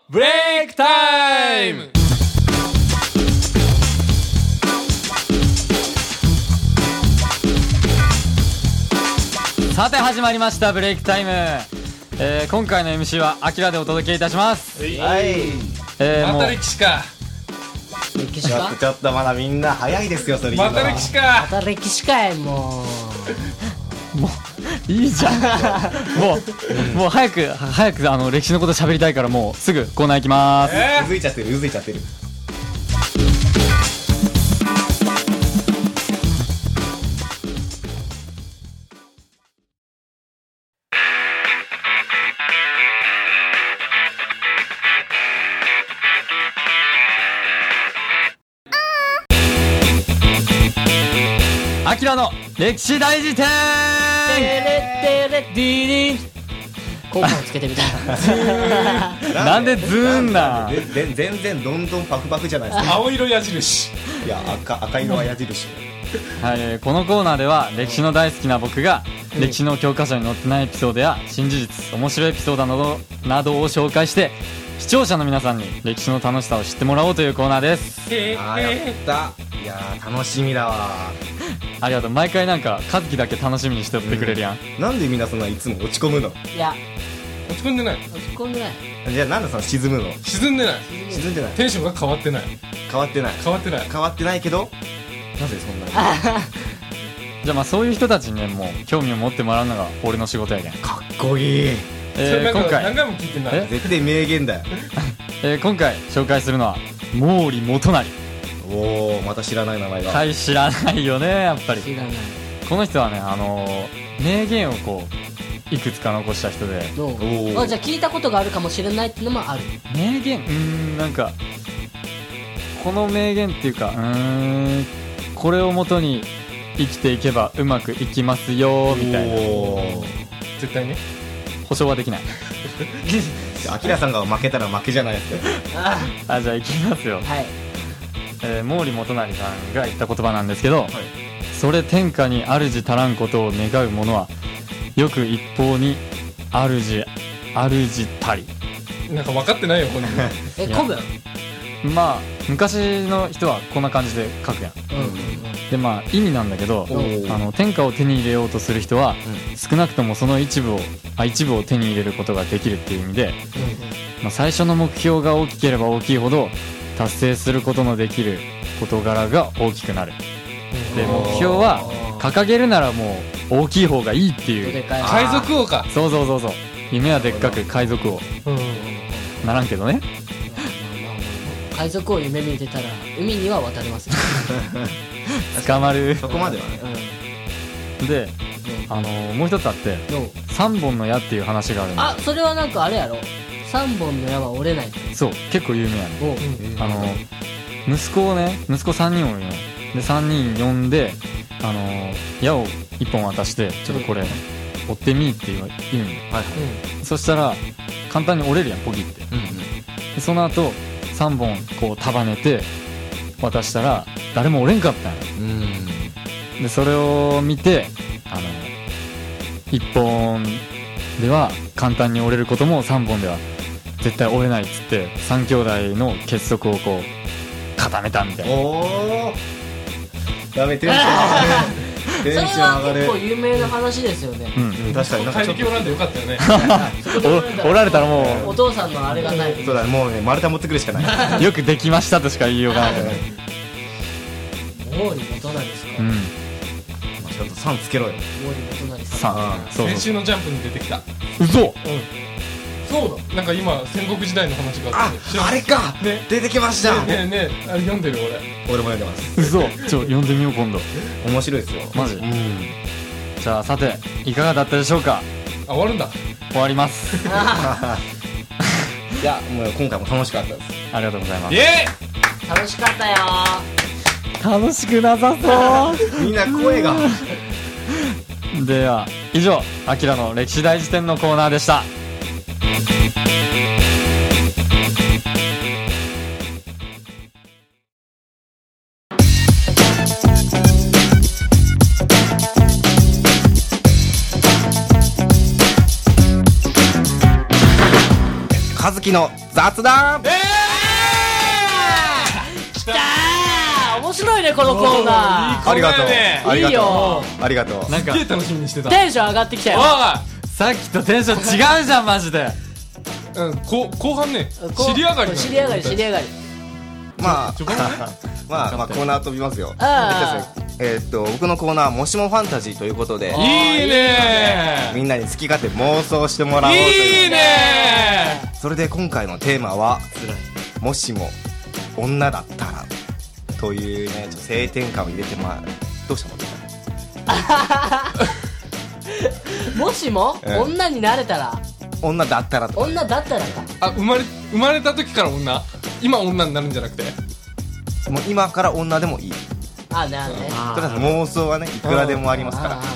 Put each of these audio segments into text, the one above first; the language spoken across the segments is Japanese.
ブレイクタイム。さて始まりましたブレイクタイム。今回の MC はアキラでお届けいたします。 はい。 また歴史か。 歴史か。ちょっとまだみんな早いですよそれ。 また歴史か。 また歴史かい。もういいじゃん。もう早く歴史のこと喋りたいからもうすぐコーナー行きまーす。 うずいちゃってる。 アキラの歴史大辞典。 テレテレディリン効果をつけてみたいな。 なんでズーンな。 全然どんどんパフパフじゃないですか。 青色矢印。 いや赤色は矢印。 はい、このコーナーでは歴史の大好きな僕が歴史の教科書に載ってないエピソードや新事実、面白いエピソードなどを紹介して視聴者の皆さんに歴史の楽しさを知ってもらおうというコーナーです。 やった。いや楽しみだわ。 ありがとう。毎回なんか和樹だけ楽しみにしておってくれるやん。 なんでみんなそんないつも落ち込むの。 いや落ち込んでない。 じゃあなんでその沈むの。 沈んでない。テンションが変わってないけどなぜそんなに。 じゃあまあそういう人たちにねもう興味を持ってもらうのが俺の仕事やけん。 かっこいい。 今回何回も聞いてんな。 絶対名言だよ。 今回紹介するのは毛利元就。 おお、また知らない名前が。 はい、知らないよねやっぱり。 知らない。 この人はね名言をこういくつか残した人で。 じゃあ聞いたことがあるかもしれないっていうのもある。 名言なんかこの名言っていうかこれをもとに生きていけばうまくいきますよみたいな。 絶対ね保証はできない。 アキラさんが負けたら負けじゃないですか。 じゃあいきますよ。 はい。 毛利元就さんが言った言葉なんですけど、それ天下に主足らんことを願う者はよく一方に主たり。 なんか分かってないよこの古文。 まあ昔の人はこんな感じで書くやん。でまあ意味なんだけど、天下を手に入れようとする人は、少なくともその一部を手に入れることができるっていう意味で、最初の目標が大きければ大きいほど達成することのできる事柄が大きくなる。で目標は掲げるならもう大きい方がいいっていう。 海賊王か。 そう夢はでっかく海賊王ならんけどね。 海賊を夢見てたら海には渡れます。 捕まる。 そこまではね。 でもう一つあって3本の矢っていう話があるんだ。 それはなんかあれやろ。3本の矢は折れない。 そう結構有名やね。息子3人おるよ。で3人呼んで矢を1本渡してちょっとこれ折ってみって言うんよ。そしたら簡単に折れるやんポキって。でその後3本こう束ねて渡したら誰も折れんかったんや。でそれを見て1本では簡単に折れることも3本では絶対折れないっつって3兄弟の結束をこう固めたみたいな。 ダメテンションそれは結構有名な話ですよね。 確かに。 怪力おらんでよかったよね。 折られたらもうお父さんのあれがない。 そうだね、もうね丸太持ってくるしかない。 よくできましたとしか言いようがない。 毛利元就ですか。 ちょっと3つけろよ。 毛利元就さん。 先週のジャンプに出てきた。 嘘。 そうだ。 なんか今戦国時代の話があって。 あれか。出てきました。 あれ読んでる俺も読んでます。 嘘。読んでみよう今度。 面白いですよ。 マジ。じゃあさていかがだったでしょうか。 終わるんだ。 終わります。 いやもう今回も楽しかったです。 ありがとうございます。 楽しかったよ。 楽しくなさそう。 みんな声が。 では以上アキラの歴史大辞典のコーナーでした。 和樹きの雑談。 きたー、面白いねこのコーナー。 ありがとう。ありがとう。 いいよ。 ありがとう。 なんかすげえ楽しみにしてた。 テンション上がってきたよ。 さっきとテンション違うじゃんマジで。 後半ね、尻上がり。 尻上がり尻上がり。 まあ序盤ねまあコーナー飛びますよ。 あ僕のコーナーもしもファンタジーということで、 いいねみんなに好き勝手妄想してもらおうという。 いいねそれで今回のテーマはもしも女だったらというね、ちょっと性転換を入れてどうしたの？ もしも女になれたら、 女だったらとか。 女だったらか。 あ、生まれた時から女、今女になるんじゃなくて、 もう今から女でもいい。 あ、なるね。 とりあえず妄想はね、いくらでもありますから。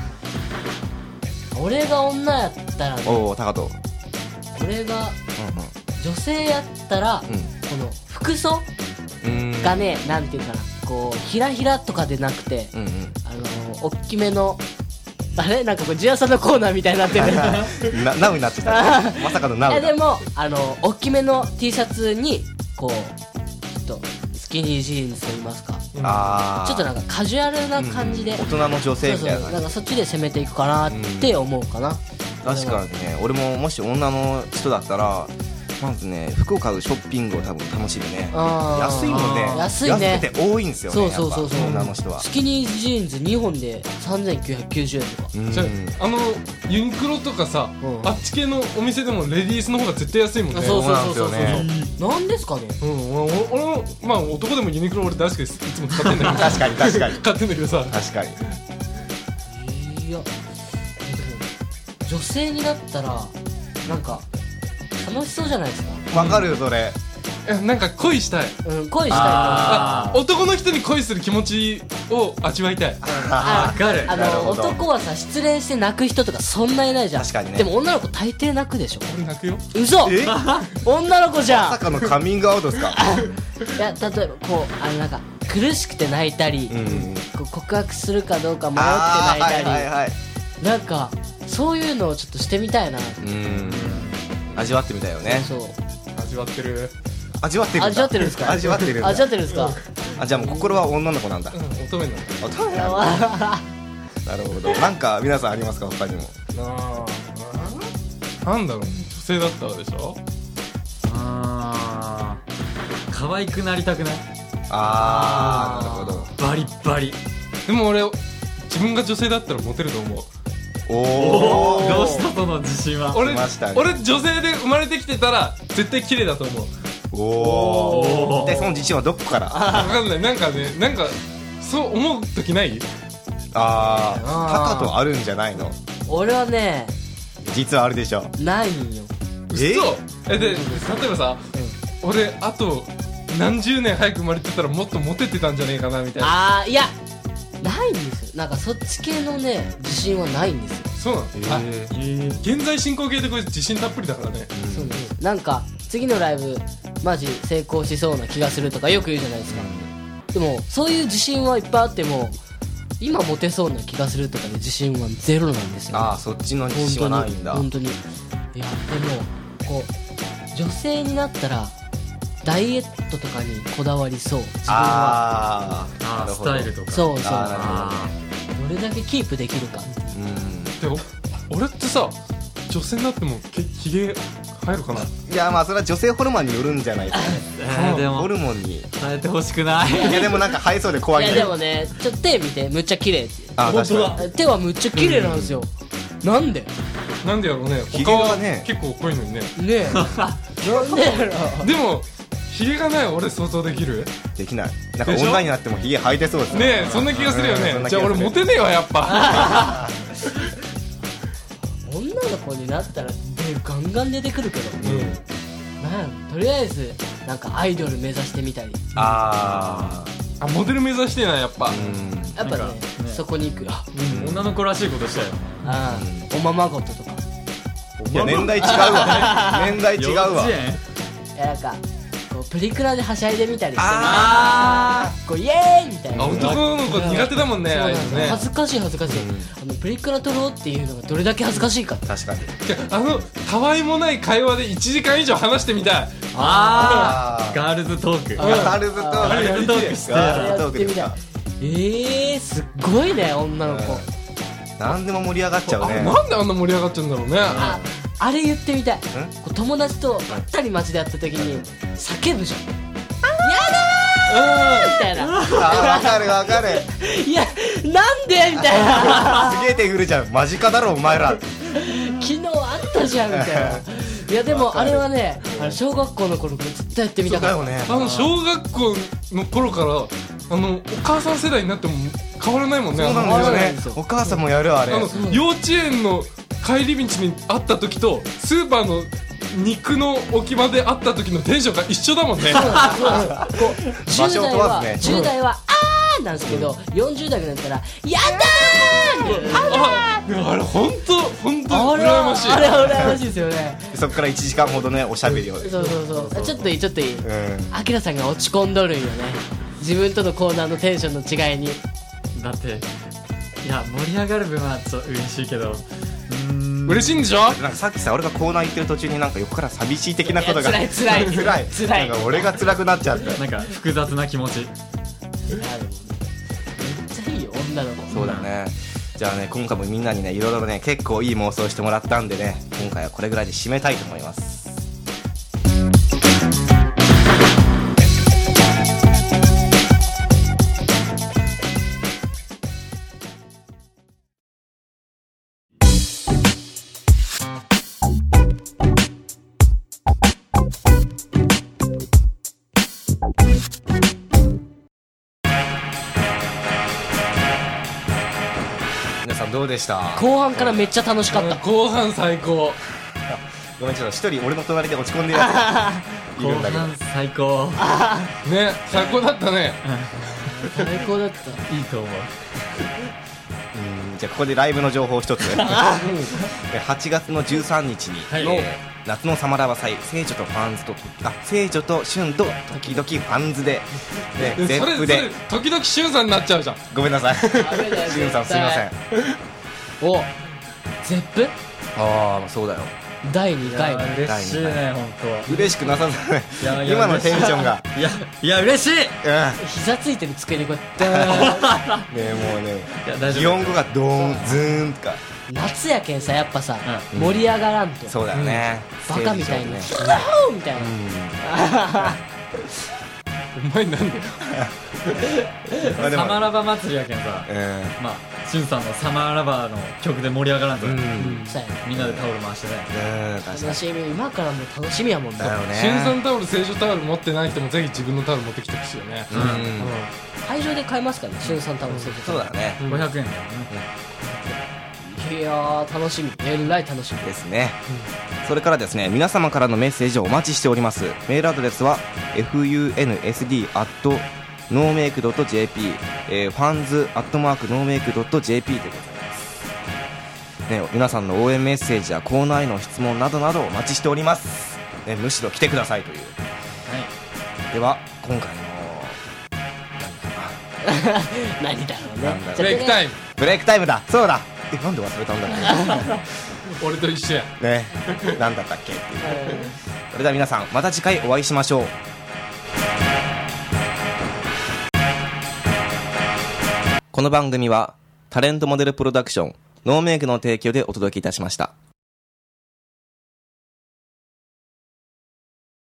俺が女やったらね、 おお、高藤。 俺が女性やったら、この服装うんがね、なんていうかな、こうひらひらとかでなくて、 うんうん。 大きめの、あれなんかこれジュアさんのコーナーみたいになってる。 ナウになってきた。まさかのナウだ。 でも大きめの T シャツにこうちょっとスキニージーンズと言いますか、 あー、 ちょっとなんかカジュアルな感じで、 大人の女性みたいな感じ。 なんかそっちで攻めていくかなって思うかな。 確かにね、俺ももし女の人だったらまずね、服を買うショッピングを多分楽しむね。安いもんね。 安いね。 安くて多いんですよね。 そうやっぱ女の人は。 スキニージーンズ2本で3990円とか。 じゃあユニクロとかさ、あっち系のお店でもレディースの方が絶対安いもんね。 そうなんですよね。 なんですかね。 俺もまあ男でもユニクロ俺大好きです。いつも使ってんだけど。 確かに確かに。 買ってんだけどさ。 確かに。 いや、女性になったらなんか楽しそうじゃないですか。 わかるよそれ。 なんか恋したい。 恋したい。 男の人に恋する気持ちを味わいたい。 わかる。 男はさ、失恋して泣く人とかそんないないじゃん。 確かにね。 でも女の子大抵泣くでしょ。 俺泣くよ。 嘘。女の子じゃん。 まさかのカミングアウトですか。 いや、例えばこうなんか苦しくて泣いたり、こう告白するかどうか迷って泣いたり、なんかそういうのをちょっとしてみたいな。 味わってみたいよね。 そう。 味わってる。 味わってる。 味わってるんですか。 味わってる。 味わってるんですか。 じゃあもう心は女の子なんだ。 乙女なんだ。 乙女なんだ。なるほど。なんか皆さんありますか、他にも。 なんだろう、女性だったらでしょ。 可愛くなりたくない？ なるほど。 バリッバリ。 でも俺自分が女性だったらモテると思う。 おお。 どうしたその自信は。 俺女性で生まれてきてたら絶対綺麗だと思う。 おお。でその自信はどこから？ わかんない。なんかね、なんかそう思う時ない？ タカとあるんじゃないの？ 俺はね、 実はあるでしょ。 ないんよ。 嘘？で例えばさ、俺あと何十年早く生まれてたらもっとモテてたんじゃねえかなみたいな。 いや、ないんですよ。なんかそっち系のね、自信はないんですよ。 そうなの？現在進行形でこれ自信たっぷりだからね。 そうです。なんか次のライブマジ成功しそうな気がするとかよく言うじゃないですか。でもそういう自信はいっぱいあっても、今モテそうな気がするとかで自信はゼロなんですよ。 そっちの自信はないんだ。 本当に。いや、でもこう女性になったらダイエットとかにこだわりそう。自分はスタイルとか。 そう。どれだけキープできるか。 でも俺ってさ、女性になってもヒゲ生えるかな。 いや、まあそれは女性ホルモンによるんじゃないですかね。 でもホルモンに変えてほしくない。 いやでもなんか生えそうで怖い。 いやでもね、ちょっと手見て、むっちゃ綺麗って。 確かに手はむっちゃ綺麗なんですよ。なんでやろうね。 ヒゲがね結構濃いのにね。 ねえ。なんでやろ。 でもヒゲがない俺想像できる？ できない。なんか女になってもヒゲ生えてそうですね。そんな気がするよね。じゃあ俺モテねえわやっぱ。 女の子になったらガンガン出てくるけど、とりあえずなんかアイドル目指してみたり。 モデル目指してな、やっぱ。 やっぱね、そこに行くよ。 女の子らしいことしたよ。 おままごととか。 いや年代違うわ。年代違うわ。 いや、なんかこプリクラではしゃいでみたりしてね、 あこうイエーイみたいな。 あ、男の子苦手だもんね、 そうああいうのね。 恥ずかしい、プリクラ撮ろうっていうのがどれだけ恥ずかしいか。 確かに。 たわいもない会話で1時間以上話してみたい。 ガールズトーク。 ガールズトーク。 ガールズトークしてガールズトやってみークですか。 たい。すっごいね、女の子。 何でも盛り上がっちゃうね。 なんであんな盛り上がっちゃうんだろうね。 あれ言ってみたい。こう友達とばったり街で会った時に叫ぶじゃん。みたいな。 わかるわかる。 いや、なんでみたいな。 すげえ手振るじゃん。間近だろお前ら。 昨日あったじゃんみたいな。いやでもあれはね、小学校の頃からずっとやってみたかった。 そうだよね。 小学校の頃からお母さん世代になっても変わらないもんね。 そうなんだよね。お母さんもやるあれ。 幼稚園の帰り道に会った時とスーパーの肉の置き場で会った時のテンションが一緒だもんね。 こう場所を問わずね。 10代はあーなんですけど、40代になったらやだーあれ本当羨ましい。 あれは羨ましいですよね。 そっから1時間ほどねおしゃべりを。 そうちょっといいあきらさんが落ち込んどるんよね、自分とのコーナーのテンションの違いに。 だっていや盛り上がる分はちょっと嬉しいけど、 嬉しいんでしょ。 なんかさっきさ俺がコーナー行ってる途中になんか横から寂しい的なことが。 いや辛いなんか俺が辛くなっちゃって。 なんか複雑な気持ち。 めっちゃいいよ女の子。 そうだね。じゃあね今回もみんなにねいろいろね結構いい妄想してもらったんでね、今回はこれぐらいで締めたいと思います。皆さんどうでした？ 後半からめっちゃ楽しかった。 後半最高。 ごめんちょっと一人俺の隣で落ち込んでるやつい後るんだけど。 半最高。 ね、最高だったね。 最高だった。 いいと思う。 じゃあここでライブの情報一つ。8月の13日に、 はい夏のサマラバ祭聖女と旬と時々ファンズで、ね、ゼップで時々しゅんさんになっちゃうじゃん。 ごめんなさい。 ダメだよしゅんさんすいません。 おゼップああそうだよ。 第2回の嬉しいね本当。 嬉しくなさそうね。 いや今のテンションが。 いや嬉しい。 膝ついてる机にこうやってねもうねいや大丈夫。 擬音語がドーンズーンとか。 夏やけんさやっぱさ、 うん盛り上がらんと、 そうだよね。 バカみたいにステージ上でねワーみたいな、 お前なんで。 まあでもサマラバ祭りやけんさ、まあしゅんさんのサマラバの曲で盛り上がらんと、 うんそうやねみんなでタオル回してね。 確かに楽しみ、今からもう楽しみやもんね。 だよね。 しゅんさんタオル、聖女タオル持ってない人もぜひ自分のタオル持ってきてほしいよね。 会場で買えますからね、しゅんさん多分そうだね。 500円だよね。 いやー楽しみ、えらい楽しみですね。それからですね皆様からのメッセージをお待ちしております。メールアドレスは funsd@nomake.jp fans@nomake.jp でございますね。皆さんの応援メッセージやコーナーへの質問などなどお待ちしております、ね、むしろ来てくださいという。では今回の何だろうね。 なんだろうブレイクタイム。 ブレイクタイムだ。そうだ。なんで忘れたんだろ俺と一緒や。 うね。なんだったっけっていう。それでは皆さんまた次回お会いしましょう。この番組はタレントモデルプロダクションノーメイクの提供でお届けいたしました。